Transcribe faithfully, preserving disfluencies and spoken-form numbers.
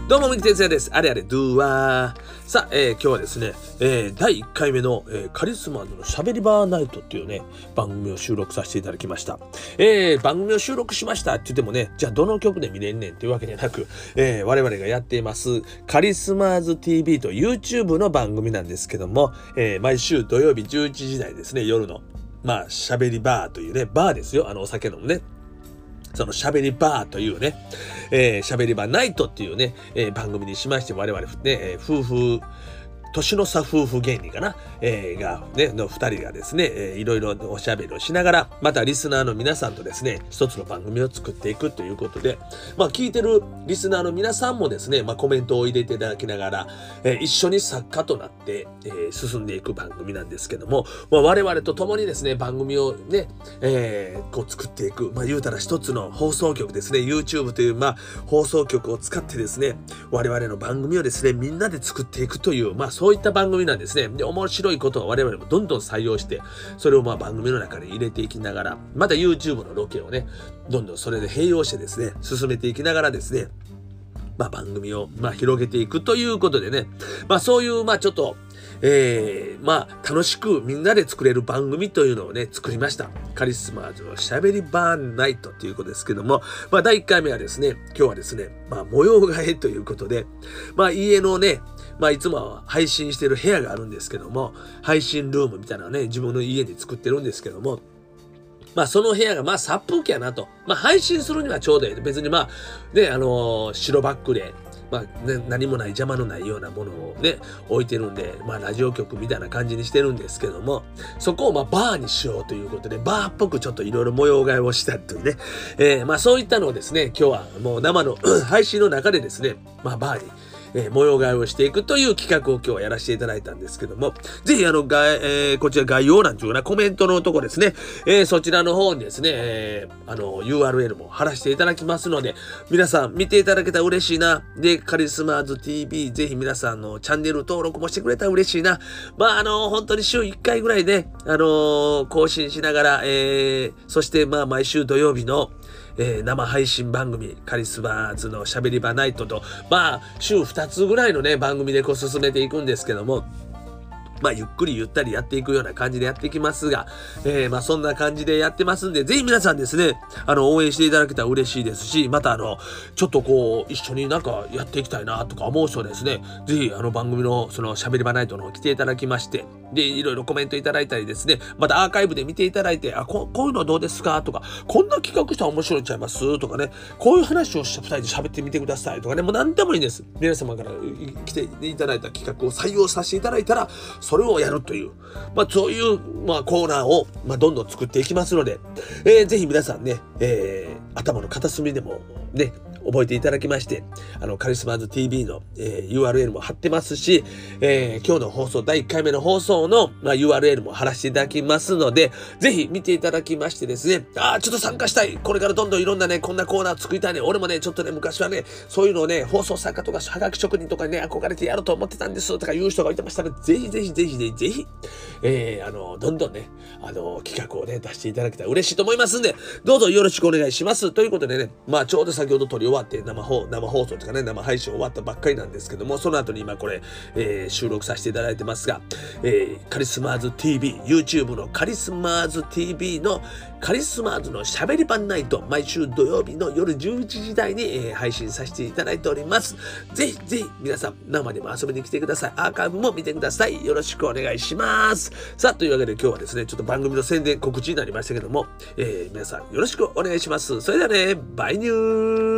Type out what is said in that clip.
どうも、三木哲也です。あれあれ、ドゥワー。さあ、えー、今日はですね、えー、だいいっかいめの、えー、カリスマのしゃべりバーナイトっていうね、番組を収録させていただきました。えー、番組を収録しましたって言ってもね、じゃあどの曲で見れんねんっていうわけじゃなく、えー、我々がやっています、カリスマーズ ティーブイ と YouTube の番組なんですけども、えー、毎週土曜日じゅういちじ台ですね、夜の、まあ、しゃべりバーというね、バーですよ、あの、お酒飲むね。そのしゃべりバーというね、えー、しゃべりバーナイトっていうね、えー、番組にしまして、我々ね、えー、夫婦、年の差夫婦芸人かな、えー、が、ね、の二人がですね、えー、いろいろおしゃべりをしながら、またリスナーの皆さんとですね、一つの番組を作っていくということで、まあ聞いてるリスナーの皆さんもですね、まあコメントを入れていただきながら、えー、一緒に作家となって、えー、進んでいく番組なんですけども、まあ我々と共にですね、番組をね、えー、こう作っていく、まあ言うたら一つの放送局ですね、YouTube というまあ放送局を使ってですね、我々の番組をですね、みんなで作っていくという、まあそういった番組なんですね。で、面白いことを我々もどんどん採用して、それをまあ番組の中に入れていきながら、また YouTube のロケをね、どんどんそれで併用してですね、進めていきながらですね、まあ番組をまあ広げていくということでね、まあそういうまあちょっと、えー、まあ楽しくみんなで作れる番組というのをね、作りました。カリスマーズのしゃべりバーナイトということですけども、まあだいいっかいめはですね、今日はですね、まあ模様替えということで、まあ家のね、まあいつもは配信してる部屋があるんですけども、配信ルームみたいなのね、自分の家に作ってるんですけども、まあその部屋がまあ殺風景やなと。まあ配信するにはちょうどいい。別にまあね、あのー、白バックで、まあね、何もない邪魔のないようなものをね、置いてるんで、まあラジオ局みたいな感じにしてるんですけども、そこをまあバーにしようということで、バーっぽくちょっといろいろ模様替えをしたというね、えー、まあそういったのをですね、今日はもう生の配信の中でですね、まあバーに、えー、模様替えをしていくという企画を今日はやらせていただいたんですけども、ぜひあの、がえー、こちら概要欄というようなコメントのとこですね、えー、そちらの方にですね、えー、あの、ユーアールエル も貼らせていただきますので、皆さん見ていただけたら嬉しいな。で、カリスマーズ ティーブイ、ぜひ皆さんのチャンネル登録もしてくれたら嬉しいな。まあ、あの、本当に週いっかいぐらいね、あのー、更新しながら、えー、そしてまあ、毎週土曜日のえー、生配信番組、カリスマーズのしゃべり場ナイトと、まあ、週ふたつぐらいのね、番組でこう進めていくんですけども、まあ、ゆっくりゆったりやっていくような感じでやっていきますが、えー、まあ、そんな感じでやってますんで、ぜひ皆さんですね、あの、応援していただけたら嬉しいですし、またあの、ちょっとこう、一緒になんかやっていきたいなとか思う人ですね、ぜひあの番組のそのしゃべり場ナイトの方来ていただきまして、で、いろいろコメントいただいたりですね、またアーカイブで見ていただいて、あ、こ, こういうのどうですかとか、こんな企画したら面白いんちゃいますとかね、こういう話をしたふたりで喋ってみてくださいとかね、もう何でもいいんです。皆様から来ていただいた企画を採用させていただいたら、それをやるという、まあそういう、まあ、コーナーを、まあ、どんどん作っていきますので、えー、ぜひ皆さんね、えー、頭の片隅でもね、覚えていただきまして、あの、カリスマーズ ティーブイ の、えー、ユーアールエル も貼ってますし、えー、今日の放送、だいいっかいめの放送の、まあ、ユーアールエル も貼らせていただきますので、ぜひ見ていただきましてですね、ああ、ちょっと参加したい。これからどんどんいろんなね、こんなコーナー作りたいね。俺もね、ちょっとね、昔はね、そういうのをね、放送作家とか、はがき職人とかにね、憧れてやろうと思ってたんですとか言う人がいてましたら、ぜひぜひぜひね、ぜひ、えー、あの、どんどんね、あの、企画をね、出していただけたら嬉しいと思いますんで、どうぞよろしくお願いします。ということでね、まあ、ちょうど先ほど撮り終わって生放、生放送とかね、生配信終わったばっかりなんですけども、その後に今これ、えー、収録させていただいてますが、えー、カリスマーズ ティーブイ、YouTube のカリスマーズ ティーブイ のカリスマーズのしゃべり場ナイト、毎週土曜日の夜じゅういちじ台に、えー、配信させていただいております。ぜひぜひ皆さん生でも遊びに来てください。アーカイブも見てください。よろしくお願いします。さあ、というわけで今日はですね、ちょっと番組の宣伝告知になりましたけども、えー、皆さんよろしくお願いします。それではね、バイニュー